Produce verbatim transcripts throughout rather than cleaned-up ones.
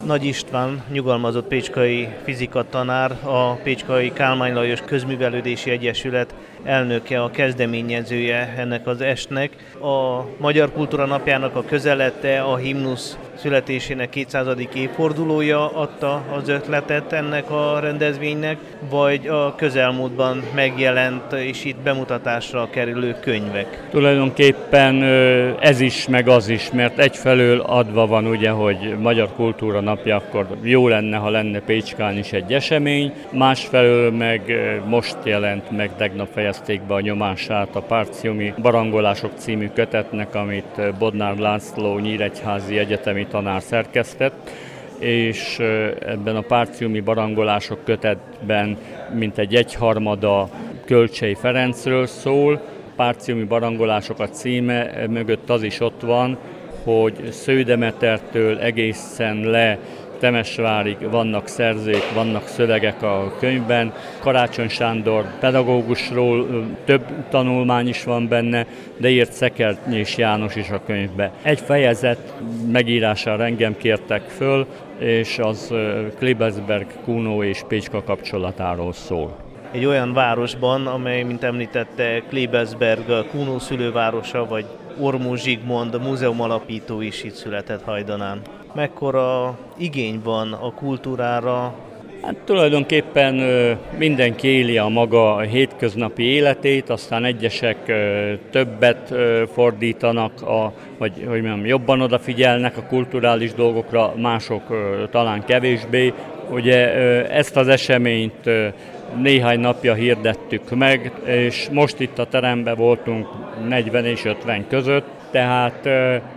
Nagy István, nyugalmazott pécskai fizikatanár, a Pécskai Kálmán Lajos Közművelődési Egyesület elnöke, a kezdeményezője ennek az estnek. A Magyar Kultúra Napjának a közelete, a himnusz születésének kétszázadik évfordulója adta az ötletet ennek a rendezvénynek, vagy a közelmúltban megjelent és itt bemutatásra kerülő könyvek? Tulajdonképpen ez is, meg az is, mert egyfelől adva van ugye, hogy Magyar Kultúra Napja, akkor jó lenne, ha lenne Pécskán is egy esemény, másfelől meg most jelent meg, tegnap fejezték be a nyomását a Párciumi Barangolások című kötetnek, amit Bodnár László nyíregyházi egyetemi tanár szerkesztett, és ebben a Párciumi Barangolások kötetben mintegy egyharmada Kölcsey Ferencről szól. Párciumi Barangolások a címe, mögött az is ott van, hogy Sződemetertől egészen le Temesvárig vannak szerzők, vannak szövegek a könyvben. Karácsony Sándor pedagógusról több tanulmány is van benne, de írt Szekernyés János is a könyvbe. Egy fejezet megírására engem kértek föl, és az Klebelsberg, Kuno és Pécska kapcsolatáról szól. Egy olyan városban, amely, mint említette, Klebelsberg, Kuno szülővárosa, vagy Ormó Zsigmond múzeum alapító is itt született Hajdanán. Mekkora igény van a kultúrára? Hát tulajdonképpen mindenki éli a maga hétköznapi életét, aztán egyesek többet fordítanak, a, vagy hogy mondjam, jobban odafigyelnek a kulturális dolgokra, mások talán kevésbé. Ugye ezt az eseményt néhány napja hirdettük meg, és most itt a teremben voltunk negyven és ötven között, tehát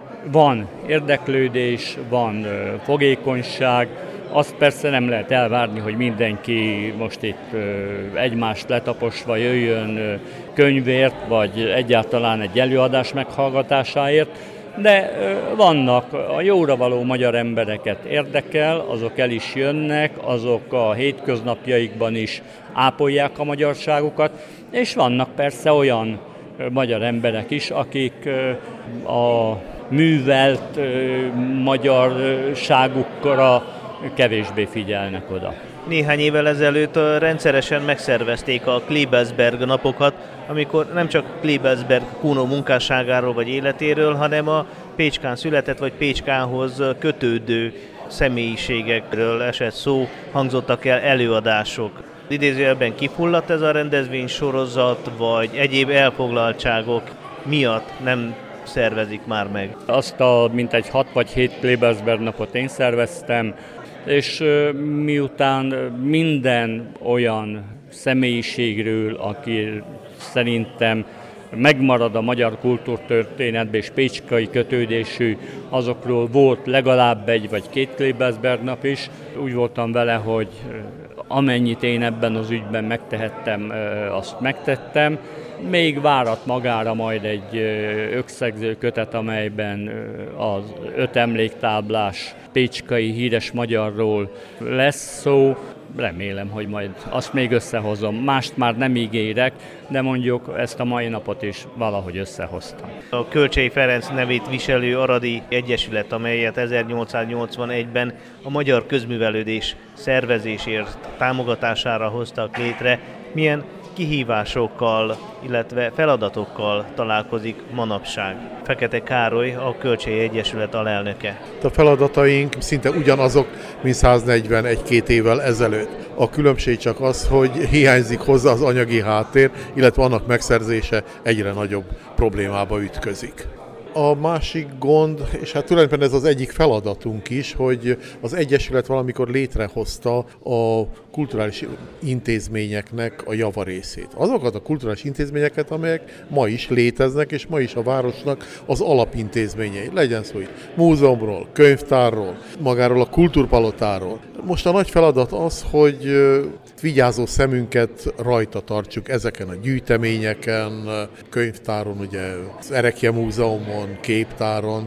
van érdeklődés, van fogékonyság. Azt persze nem lehet elvárni, hogy mindenki most itt egymást letaposva jöjjön könyvért, vagy egyáltalán egy előadás meghallgatásáért, de vannak a jóra való magyar embereket érdekel, azok el is jönnek, azok a hétköznapjaikban is ápolják a magyarságukat, és vannak persze olyan magyar emberek is, akik a művelt magyarságukra kevésbé figyelnek oda. Néhány évvel ezelőtt rendszeresen megszervezték a Klebelsberg napokat, amikor nem csak Klebelsberg Kuno munkásságáról vagy életéről, hanem a Pécskán született vagy Pécskához kötődő személyiségekről esett szó, hangzottak el előadások. Idézőjelben kifulladt ez a rendezvény sorozat, vagy egyéb elfoglaltságok miatt nem szervezik már meg? Azt a mintegy hat vagy hét Klebelsberg napot én szerveztem, és miután minden olyan személyiségről, aki szerintem megmarad a magyar kultúrtörténetben és pécskai kötődésű, azokról volt legalább egy vagy két Klebelsberg nap is. Úgy voltam vele, hogy amennyit én ebben az ügyben megtehettem, azt megtettem. Még várat magára majd egy összegző kötet, amelyben az öt emléktáblás pécskai híres magyarról lesz szó. Remélem, hogy majd azt még összehozom. Mást már nem ígérek, de mondjuk ezt a mai napot is valahogy összehoztam. A Kölcsey Ferenc nevét viselő aradi egyesület, amelyet ezernyolcszáznyolcvanegyben a magyar közművelődés szervezésért, támogatására hoztak létre, milyen kihívásokkal, illetve feladatokkal találkozik manapság. Fekete Károly, a Kölcsey Egyesület alelnöke. A feladataink szinte ugyanazok, mint száznegyvenegy-két évvel ezelőtt. A különbség csak az, hogy hiányzik hozzá az anyagi háttér, illetve annak megszerzése egyre nagyobb problémába ütközik. A másik gond, és hát tulajdonképpen ez az egyik feladatunk is, hogy az Egyesület valamikor létrehozta a kulturális intézményeknek a javarészét. Azokat a kulturális intézményeket, amelyek ma is léteznek, és ma is a városnak az alapintézményei. Legyen szó itt múzeumról, könyvtárról, magáról a kultúrpalotáról. Most a nagy feladat az, hogy vigyázó szemünket rajta tartsuk ezeken a gyűjteményeken, könyvtáron, ugye az Erekje Múzeumon, képtáron,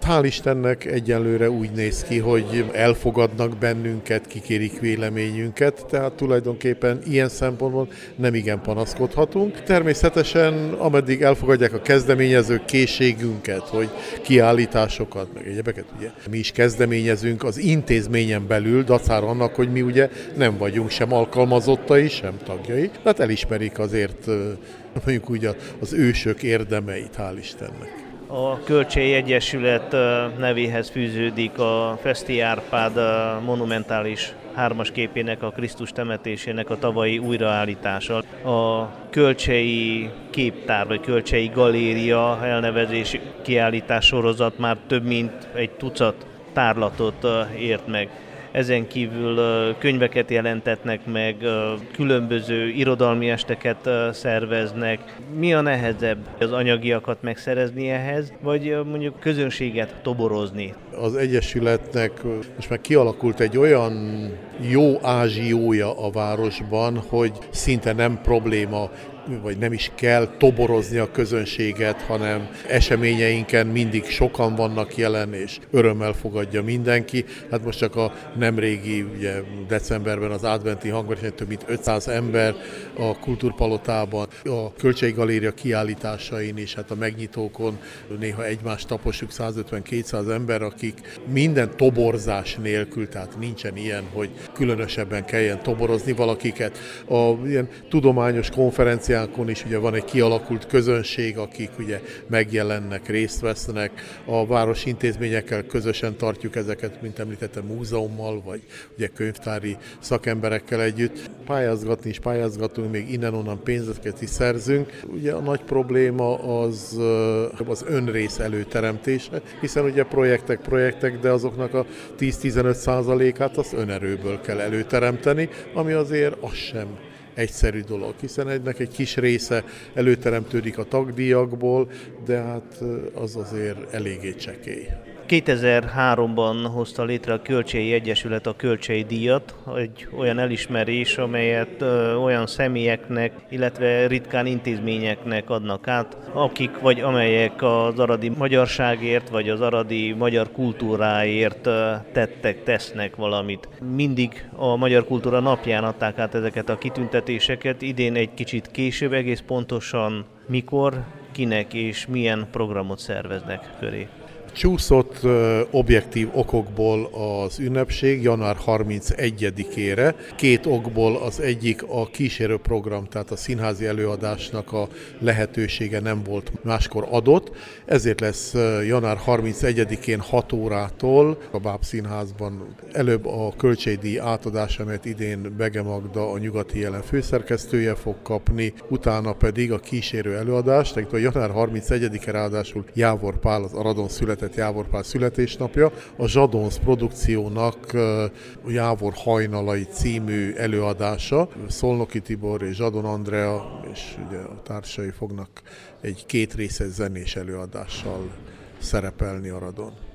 Hál' Istennek egyenlőre úgy néz ki, hogy elfogadnak bennünket, kikérik véleményünket, tehát tulajdonképpen ilyen szempontból nem igen panaszkodhatunk. Természetesen, ameddig elfogadják a kezdeményezők készségünket, hogy kiállításokat, meg egyebeket, ugye mi is kezdeményezünk az intézményen belül, dacára annak, hogy mi ugye nem vagyunk sem alkalmazottai, sem tagjai, tehát elismerik azért mondjuk úgy az ősök érdemeit, hál' Istennek. A Kölcsei Egyesület nevéhez fűződik a Feszti Árpád monumentális hármas képének, a Krisztus temetésének a tavalyi újraállítása. A Kölcsei Képtár vagy Kölcsei Galéria elnevezési kiállítás sorozat már több mint egy tucat tárlatot ért meg. Ezen kívül könyveket jelentetnek meg, különböző irodalmi esteket szerveznek. Mi a nehezebb, az anyagiakat megszerezni ehhez, vagy mondjuk közönséget toborozni? Az Egyesületnek most már kialakult egy olyan jó ázsiója a városban, hogy szinte nem probléma, vagy nem is kell toborozni a közönséget, hanem eseményeinken mindig sokan vannak jelen, és örömmel fogadja mindenki. Hát most csak a nemrégi, ugye decemberben az adventi hangversenyen több mint ötszáz ember a Kultúrpalotában, a Kölcsei Galéria kiállításain és hát a megnyitókon néha egymást taposjuk százötven-kétszáz ember, akik minden toborzás nélkül, tehát nincsen ilyen, hogy különösebben kelljen toborozni valakiket. A ilyen tudományos konferencián is ugye van egy kialakult közönség, akik ugye megjelennek, részt vesznek. A városi intézményekkel közösen tartjuk ezeket, mint említettem, múzeummal, vagy ugye könyvtári szakemberekkel együtt. Pályázgatni is pályázgatunk, még innen-onnan pénzeket is szerzünk. Ugye a nagy probléma az az önrész előteremtése, hiszen ugye projektek, projektek, de azoknak a tíz-tizenöt százalékát az önerőből kell előteremteni, ami azért az sem egyszerű dolog, hiszen egynek egy kis része előteremtődik a tagdíjakból, de hát az azért eléggé csekély. kétezer-háromban hozta létre a Kölcsei Egyesület a Kölcsei díjat, egy olyan elismerés, amelyet ö, olyan személyeknek, illetve ritkán intézményeknek adnak át, akik vagy amelyek az aradi magyarságért, vagy az aradi magyar kultúráért ö, tettek, tesznek valamit. Mindig a Magyar Kultúra napján adták át ezeket a kitüntetéseket, idén egy kicsit később, egész pontosan mikor, kinek és milyen programot szerveznek köré. Csúszott objektív okokból az ünnepség január harmincegyedikére. Két okból az egyik a kísérőprogram, tehát a színházi előadásnak a lehetősége nem volt máskor adott. Ezért lesz január harmincegyedikén hat órától a Báb Színházban előbb a Kölcsei díj átadása, amelyet idén Bege Magda, a Nyugati Jelen főszerkesztője fog kapni, utána pedig a kísérő előadás, tehát a január harmincegyedike ráadásul Jávor Pál, az Aradon született Jávor Pál születésnapja, a Zsadonc produkciónak Jávor hajnalai című előadása. Szolnoki Tibor és Zsadon Andrea és ugye a társai fognak egy kétrészes zenés előadással szerepelni Aradon.